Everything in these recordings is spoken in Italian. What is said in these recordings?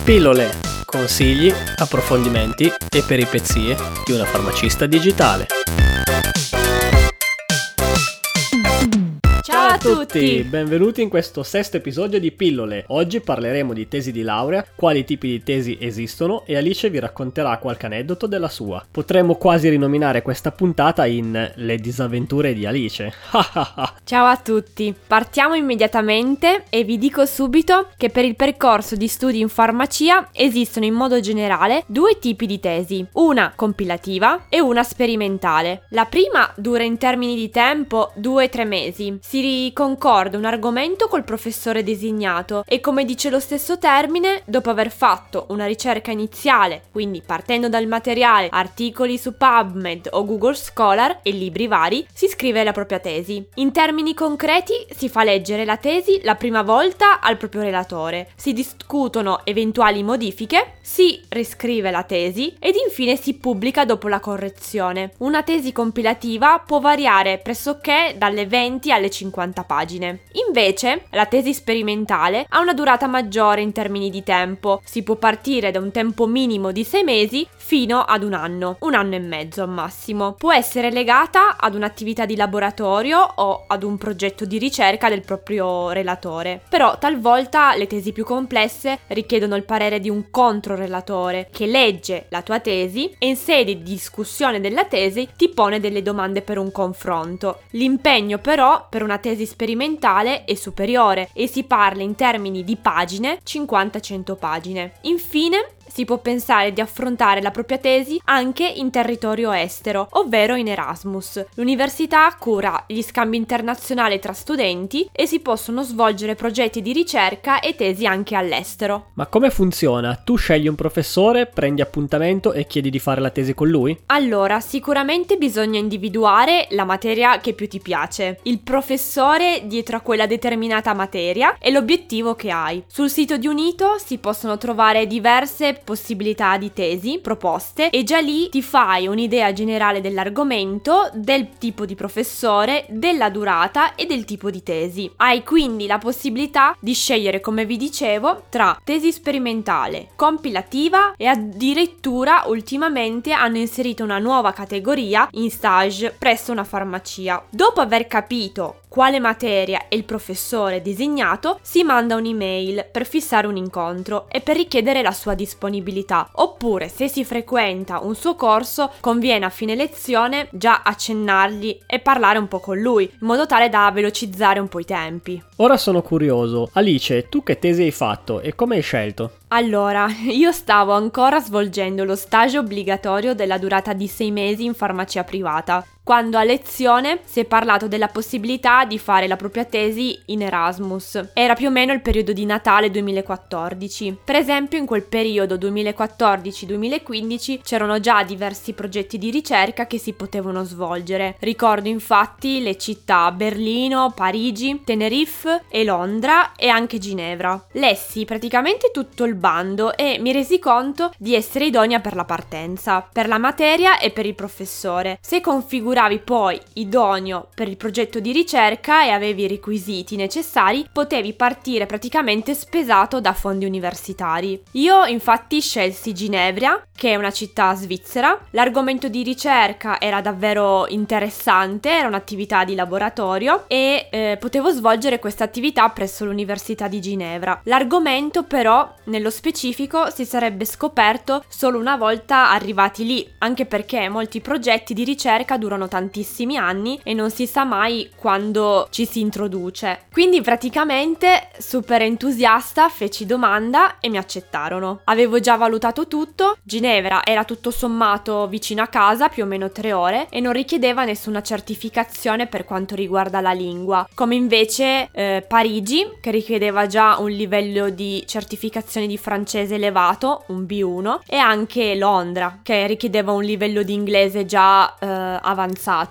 Pillole, consigli, approfondimenti e peripezie di una farmacista digitale. Ciao a tutti! Benvenuti in questo sesto episodio di Pillole. Oggi parleremo di tesi di laurea, quali tipi di tesi esistono e Alice vi racconterà qualche aneddoto della sua. Potremmo quasi rinominare questa puntata in Le disavventure di Alice. Ciao a tutti! Partiamo immediatamente e vi dico subito che per il percorso di studi in farmacia esistono in modo generale due tipi di tesi, una compilativa e una sperimentale. La prima dura in termini di tempo 2-3 mesi. Si concorda un argomento col professore designato e, come dice lo stesso termine, dopo aver fatto una ricerca iniziale, quindi partendo dal materiale, articoli su PubMed o Google Scholar e libri vari, si scrive la propria tesi. In termini concreti si fa leggere la tesi la prima volta al proprio relatore, si discutono eventuali modifiche, si riscrive la tesi ed infine si pubblica dopo la correzione. Una tesi compilativa può variare pressoché dalle 20 alle 50 pagine. Invece, la tesi sperimentale ha una durata maggiore in termini di tempo. Si può partire da un tempo minimo di 6 mesi fino ad un anno e mezzo al massimo. Può essere legata ad un'attività di laboratorio o ad un progetto di ricerca del proprio relatore. Però talvolta le tesi più complesse richiedono il parere di un controrelatore che legge la tua tesi e in sede di discussione della tesi ti pone delle domande per un confronto. L'impegno però per una tesi sperimentale è superiore e si parla in termini di pagine, 50-100 pagine. Infine, si può pensare di affrontare la propria tesi anche in territorio estero, ovvero in Erasmus. L'università cura gli scambi internazionali tra studenti e si possono svolgere progetti di ricerca e tesi anche all'estero. Ma come funziona? Tu scegli un professore, prendi appuntamento e chiedi di fare la tesi con lui? Allora, sicuramente bisogna individuare la materia che più ti piace, il professore dietro a quella determinata materia e l'obiettivo che hai. Sul sito di Unito si possono trovare diverse possibilità di tesi proposte e già lì ti fai un'idea generale dell'argomento, del tipo di professore, della durata e del tipo di tesi. Hai quindi la possibilità di scegliere, come vi dicevo, tra tesi sperimentale, compilativa e addirittura ultimamente hanno inserito una nuova categoria in stage presso una farmacia. Dopo aver capito quale materia e il professore designato, si manda un'email per fissare un incontro e per richiedere la sua disponibilità, oppure se si frequenta un suo corso conviene a fine lezione già accennargli e parlare un po' con lui, in modo tale da velocizzare un po' i tempi. Ora sono curioso. Alice, tu che tesi hai fatto e come hai scelto? Allora, io stavo ancora svolgendo lo stage obbligatorio della durata di 6 mesi in farmacia privata, quando a lezione si è parlato della possibilità di fare la propria tesi in Erasmus. Era più o meno il periodo di Natale 2014. Per esempio, in quel periodo 2014-2015 c'erano già diversi progetti di ricerca che si potevano svolgere. Ricordo infatti le città Berlino, Parigi, Tenerife e Londra e anche Ginevra. Lessi praticamente tutto il bando e mi resi conto di essere idonea per la partenza, per la materia e per il professore. Se configuravi poi idoneo per il progetto di ricerca e avevi i requisiti necessari, potevi partire praticamente spesato da fondi universitari. Io infatti scelsi Ginevra, che è una città svizzera. L'argomento di ricerca era davvero interessante, era un'attività di laboratorio e potevo svolgere questa attività presso l'Università di Ginevra. L'argomento però, nello specifico, si sarebbe scoperto solo una volta arrivati lì, anche perché molti progetti di ricerca durano tantissimi anni e non si sa mai quando ci si introduce. Quindi praticamente, super entusiasta, feci domanda e mi accettarono. Avevo già valutato tutto, Ginevra era tutto sommato vicino a casa, più o meno 3 ore, e non richiedeva nessuna certificazione per quanto riguarda la lingua, come invece Parigi, che richiedeva già un livello di certificazione di francese elevato, un B1, e anche Londra, che richiedeva un livello di inglese già avanzato.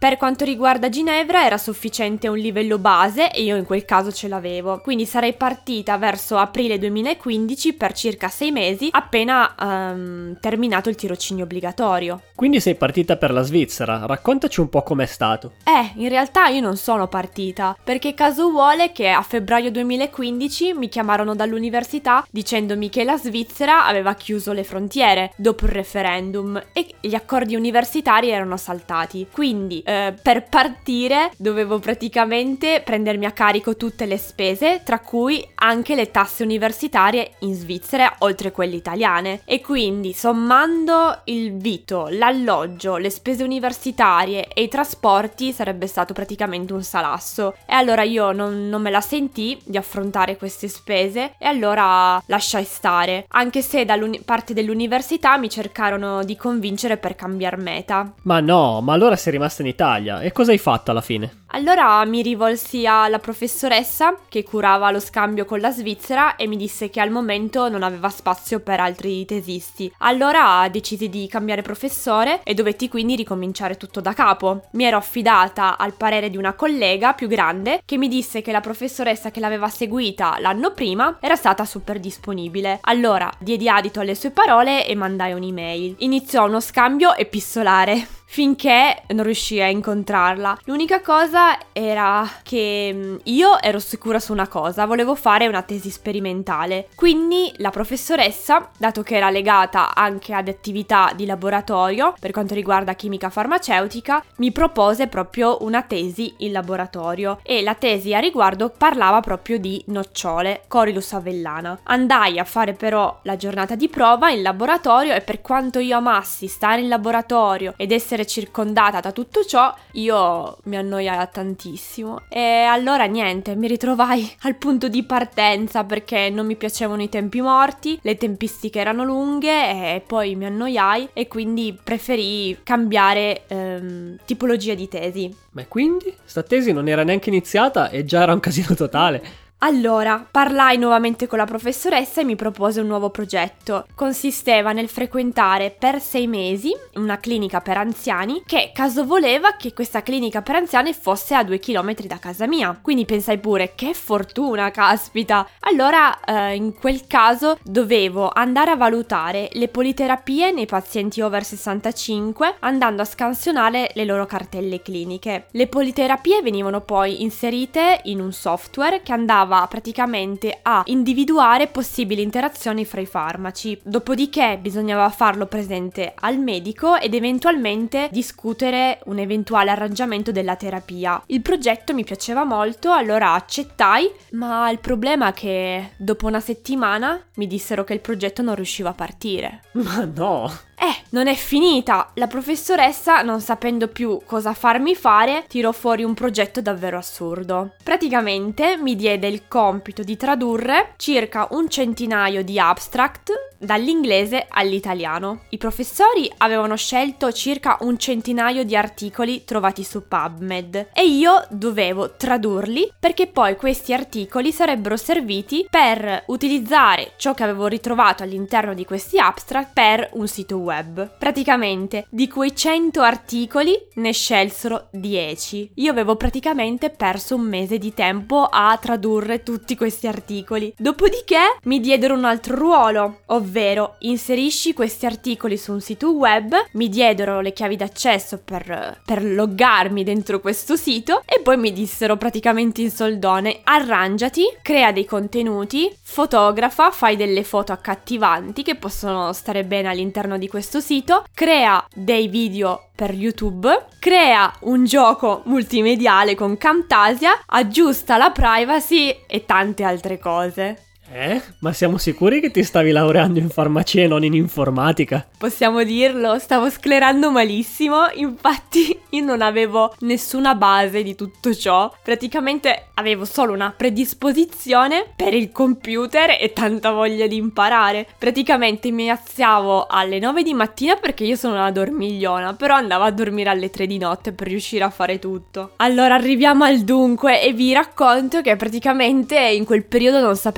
Per quanto riguarda Ginevra era sufficiente un livello base e io in quel caso ce l'avevo, quindi sarei partita verso aprile 2015 per circa 6 mesi appena terminato il tirocinio obbligatorio. Quindi sei partita per la Svizzera, raccontaci un po' com'è stato. In realtà io non sono partita, perché caso vuole che a febbraio 2015 mi chiamarono dall'università dicendomi che la Svizzera aveva chiuso le frontiere dopo il referendum e gli accordi universitari erano saltati. Quindi per partire dovevo praticamente prendermi a carico tutte le spese, tra cui anche le tasse universitarie in Svizzera, oltre quelle italiane. E quindi sommando il vitto, l'alloggio, le spese universitarie e i trasporti sarebbe stato praticamente un salasso. E allora io non me la sentii di affrontare queste spese e allora lasciai stare, anche se da parte dell'università mi cercarono di convincere per cambiar meta. Ma no, ma allora sei rimasta in Italia e cosa hai fatto alla fine? Allora mi rivolsi alla professoressa che curava lo scambio con la Svizzera e mi disse che al momento non aveva spazio per altri tesisti. Allora decisi di cambiare professore e dovetti quindi ricominciare tutto da capo. Mi ero affidata al parere di una collega più grande che mi disse che la professoressa che l'aveva seguita l'anno prima era stata super disponibile. Allora diedi adito alle sue parole e mandai un'email. Iniziò uno scambio epistolare finché non riuscii a incontrarla. L'unica cosa era che io ero sicura su una cosa, volevo fare una tesi sperimentale. Quindi la professoressa, dato che era legata anche ad attività di laboratorio per quanto riguarda chimica farmaceutica, mi propose proprio una tesi in laboratorio e la tesi a riguardo parlava proprio di nocciole, Corylus avellana. Andai a fare però la giornata di prova in laboratorio e per quanto io amassi stare in laboratorio ed essere circondata da tutto ciò, io mi annoiai tantissimo e allora niente, mi ritrovai al punto di partenza perché non mi piacevano i tempi morti, le tempistiche erano lunghe e poi mi annoiai e quindi preferii cambiare tipologia di tesi. Ma quindi? Sta tesi non era neanche iniziata e già era un casino totale. Allora, parlai nuovamente con la professoressa e mi propose un nuovo progetto. Consisteva nel frequentare per 6 mesi una clinica per anziani che caso voleva che questa clinica per anziani fosse a 2 chilometri da casa mia. Quindi pensai pure, che fortuna, caspita! Allora, in quel caso dovevo andare a valutare le politerapie nei pazienti over 65 andando a scansionare le loro cartelle cliniche. Le politerapie venivano poi inserite in un software che andava praticamente a individuare possibili interazioni fra i farmaci. Dopodiché bisognava farlo presente al medico ed eventualmente discutere un eventuale arrangiamento della terapia. Il progetto mi piaceva molto, allora accettai, ma il problema è che dopo una settimana mi dissero che il progetto non riusciva a partire. Ma no! Non è finita! La professoressa, non sapendo più cosa farmi fare, tirò fuori un progetto davvero assurdo. Praticamente mi diede il compito di tradurre circa un centinaio di abstract dall'inglese all'italiano. I professori avevano scelto circa un centinaio di articoli trovati su PubMed e io dovevo tradurli perché poi questi articoli sarebbero serviti per utilizzare ciò che avevo ritrovato all'interno di questi abstract per un sito web. Praticamente di quei 100 articoli ne scelsero 10. Io avevo praticamente perso un mese di tempo a tradurre tutti questi articoli. Dopodiché mi diedero un altro ruolo, ovvero inserisci questi articoli su un sito web, mi diedero le chiavi d'accesso per loggarmi dentro questo sito e poi mi dissero praticamente in soldone: arrangiati, crea dei contenuti, fotografa, fai delle foto accattivanti che possono stare bene all'interno di questo sito, crea dei video per YouTube, crea un gioco multimediale con Camtasia, aggiusta la privacy e tante altre cose. Ma siamo sicuri che ti stavi laureando in farmacia e non in informatica? Possiamo dirlo, stavo sclerando malissimo, infatti io non avevo nessuna base di tutto ciò, praticamente avevo solo una predisposizione per il computer e tanta voglia di imparare. Praticamente mi alzavo alle 9 di mattina perché io sono una dormigliona, però andavo a dormire alle 3 di notte per riuscire a fare tutto. Allora arriviamo al dunque e vi racconto che praticamente in quel periodo non sapevo proprio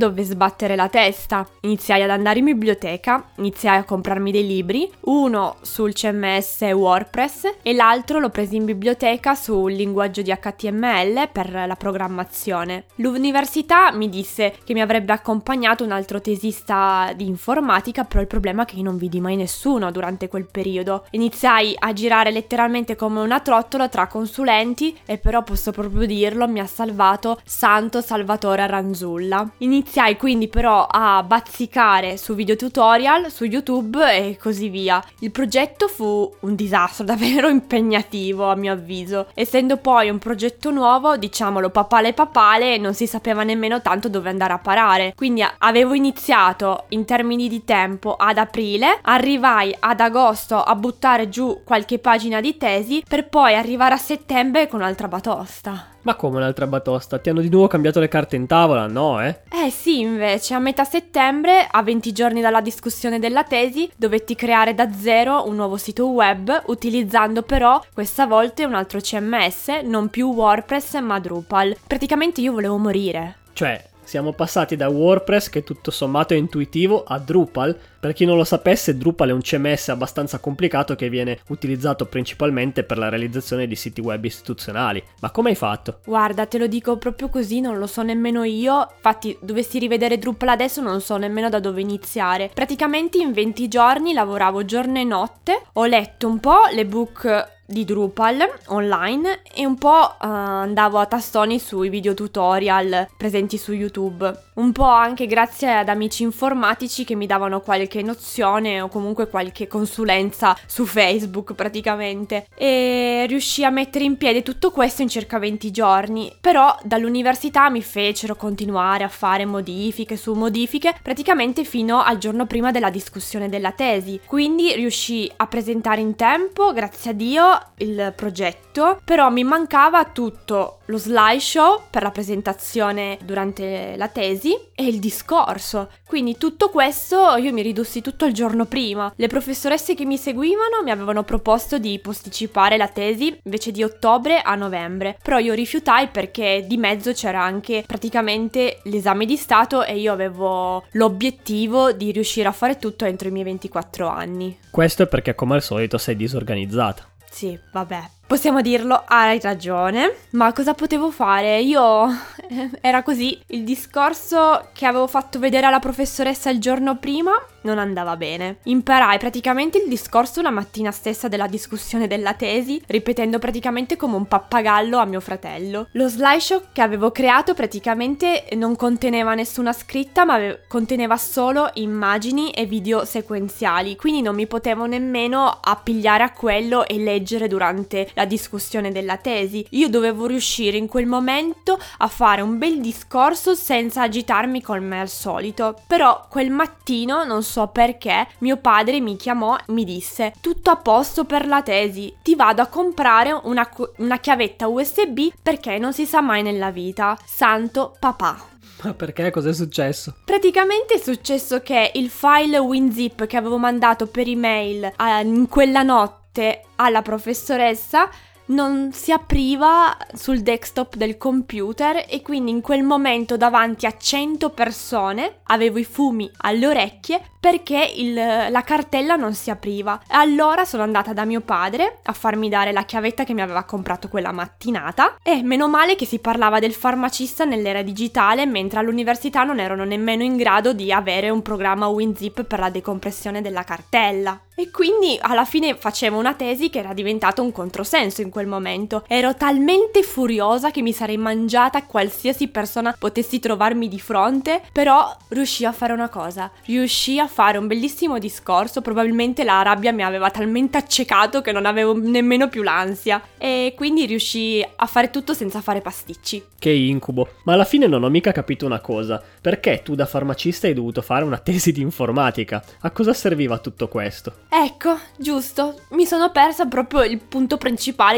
dove sbattere la testa. Iniziai ad andare in biblioteca, iniziai a comprarmi dei libri, uno sul CMS WordPress e l'altro l'ho preso in biblioteca sul linguaggio di HTML per la programmazione. L'università mi disse che mi avrebbe accompagnato un altro tesista di informatica, però il problema è che io non vidi mai nessuno durante quel periodo. Iniziai a girare letteralmente come una trottola tra consulenti e però posso proprio dirlo, mi ha salvato Santo Salvatore Ranzulla. Iniziai quindi però a bazzicare su video tutorial, su YouTube e così via. Il progetto fu un disastro davvero impegnativo a mio avviso. Essendo poi un progetto nuovo, diciamolo papale, non si sapeva nemmeno tanto dove andare a parare. Quindi avevo iniziato in termini di tempo ad aprile, arrivai ad agosto a buttare giù qualche pagina di tesi per poi arrivare a settembre con un'altra batosta. Ma come un'altra batosta? Ti hanno di nuovo cambiato le carte in tavola, no, eh? Sì, invece, a metà settembre, a 20 giorni dalla discussione della tesi, dovetti creare da zero un nuovo sito web, utilizzando però, questa volta, un altro CMS, non più WordPress ma Drupal. Praticamente io volevo morire. Cioè, siamo passati da WordPress, che tutto sommato è intuitivo, a Drupal. Per chi non lo sapesse, Drupal è un CMS abbastanza complicato che viene utilizzato principalmente per la realizzazione di siti web istituzionali. Ma come hai fatto? Guarda, te lo dico proprio così, non lo so nemmeno io. Infatti, dovessi rivedere Drupal adesso, non so nemmeno da dove iniziare. Praticamente in 20 giorni lavoravo giorno e notte, ho letto un po' l'ebook di Drupal online e un po' andavo a tastoni sui video tutorial presenti su YouTube, un po' anche grazie ad amici informatici che mi davano qualche nozione o comunque qualche consulenza su Facebook praticamente, e riuscii a mettere in piedi tutto questo in circa 20 giorni. Però dall'università mi fecero continuare a fare modifiche su modifiche praticamente fino al giorno prima della discussione della tesi, quindi riuscii a presentare in tempo, grazie a Dio, il progetto, però mi mancava tutto lo slideshow per la presentazione durante la tesi e il discorso. Quindi tutto questo io mi ridussi tutto il giorno prima. Le professoresse che mi seguivano mi avevano proposto di posticipare la tesi invece di ottobre a novembre, però io rifiutai perché di mezzo c'era anche praticamente l'esame di Stato e io avevo l'obiettivo di riuscire a fare tutto entro i miei 24 anni. Questo è perché come al solito sei disorganizzata. Sì, vabbè, possiamo dirlo, hai ragione, ma cosa potevo fare? Io era così, il discorso che avevo fatto vedere alla professoressa il giorno prima non andava bene. Imparai praticamente il discorso la mattina stessa della discussione della tesi, ripetendo praticamente come un pappagallo a mio fratello. Lo slideshow che avevo creato praticamente non conteneva nessuna scritta, ma conteneva solo immagini e video sequenziali, quindi non mi potevo nemmeno appigliare a quello e leggere durante la discussione della tesi. Io dovevo riuscire in quel momento a fare un bel discorso senza agitarmi come al solito. Però quel mattino, non so perché, mio padre mi chiamò e mi disse: tutto a posto per la tesi, ti vado a comprare una chiavetta USB perché non si sa mai nella vita. Santo papà. Ma perché? Cos'è successo? Praticamente è successo che il file WinZip che avevo mandato per email in quella notte alla professoressa non si apriva sul desktop del computer e quindi in quel momento davanti a 100 persone avevo i fumi alle orecchie perché la cartella non si apriva. Allora sono andata da mio padre a farmi dare la chiavetta che mi aveva comprato quella mattinata e meno male che si parlava del farmacista nell'era digitale, mentre all'università non erano nemmeno in grado di avere un programma WinZip per la decompressione della cartella. E quindi alla fine facevo una tesi che era diventata un controsenso in quel momento. Ero talmente furiosa che mi sarei mangiata qualsiasi persona potessi trovarmi di fronte, però riuscii a fare una cosa, riuscii a fare un bellissimo discorso. Probabilmente la rabbia mi aveva talmente accecato che non avevo nemmeno più l'ansia e quindi riuscii a fare tutto senza fare pasticci. Che incubo. Ma alla fine non ho mica capito una cosa. Perché tu da farmacista hai dovuto fare una tesi di informatica? A cosa serviva tutto questo? Ecco, giusto, mi sono persa proprio il punto principale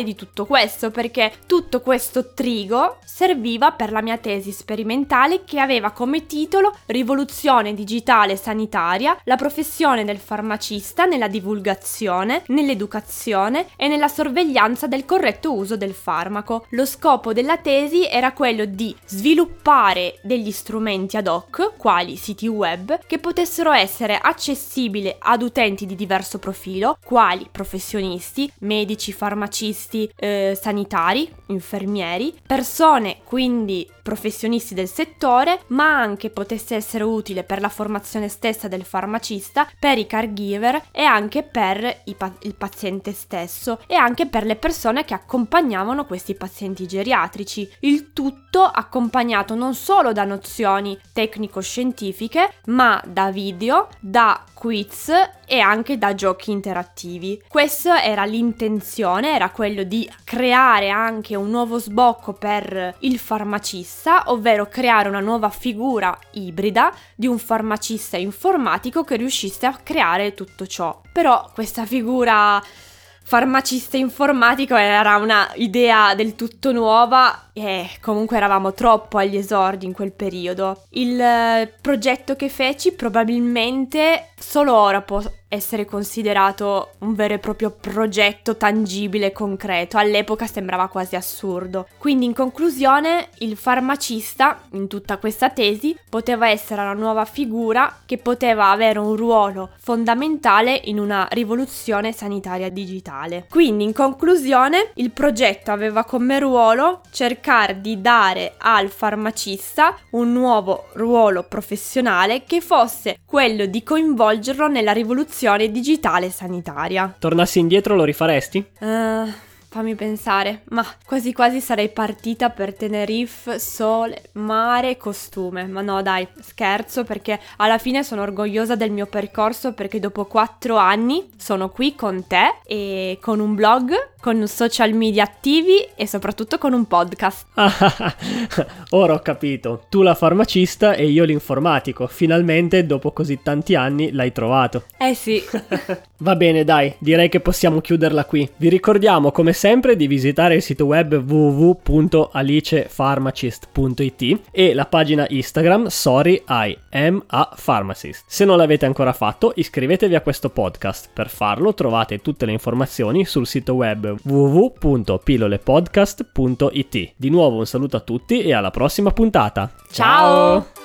di tutto questo, perché tutto questo trigo serviva per la mia tesi sperimentale che aveva come titolo Rivoluzione digitale sanitaria, la professione del farmacista nella divulgazione, nell'educazione e nella sorveglianza del corretto uso del farmaco. Lo scopo della tesi era quello di sviluppare degli strumenti ad hoc, quali siti web, che potessero essere accessibili ad utenti di diverso profilo, quali professionisti, medici, farmacisti, sanitari, infermieri, persone quindi professionisti del settore, ma anche potesse essere utile per la formazione stessa del farmacista, per i caregiver e anche per il paziente stesso e anche per le persone che accompagnavano questi pazienti geriatrici. Il tutto accompagnato non solo da nozioni tecnico-scientifiche, ma da video, da quiz e anche da giochi interattivi. Questa era l'intenzione, era quello di creare anche un nuovo sbocco per il farmacista, ovvero creare una nuova figura ibrida di un farmacista informatico che riuscisse a creare tutto ciò. Però questa figura farmacista informatico era una idea del tutto nuova e comunque eravamo troppo agli esordi in quel periodo. Il progetto che feci probabilmente solo ora può essere considerato un vero e proprio progetto tangibile e concreto. All'epoca sembrava quasi assurdo. Quindi in conclusione il farmacista in tutta questa tesi poteva essere una nuova figura che poteva avere un ruolo fondamentale in una rivoluzione sanitaria digitale. Quindi in conclusione il progetto aveva come ruolo cercare di dare al farmacista un nuovo ruolo professionale che fosse quello di coinvolgerlo nella rivoluzione digitale sanitaria. Tornassi indietro lo rifaresti? Fammi pensare, ma quasi quasi sarei partita per Tenerife, sole, mare, costume. Ma no dai, scherzo, perché alla fine sono orgogliosa del mio percorso, perché dopo 4 anni sono qui con te e con un blog, con social media attivi e soprattutto con un podcast. Ora ho capito, tu la farmacista e io l'informatico. Finalmente dopo così tanti anni l'hai trovato. Sì. Va bene dai, direi che possiamo chiuderla qui. Vi ricordiamo come sempre di visitare il sito web www.alicefarmacist.it e la pagina Instagram Sorry I am a pharmacist. Se non l'avete ancora fatto, iscrivetevi a questo podcast. Per farlo trovate tutte le informazioni sul sito web www.pillolepodcast.it. Di nuovo un saluto a tutti e alla prossima puntata. Ciao!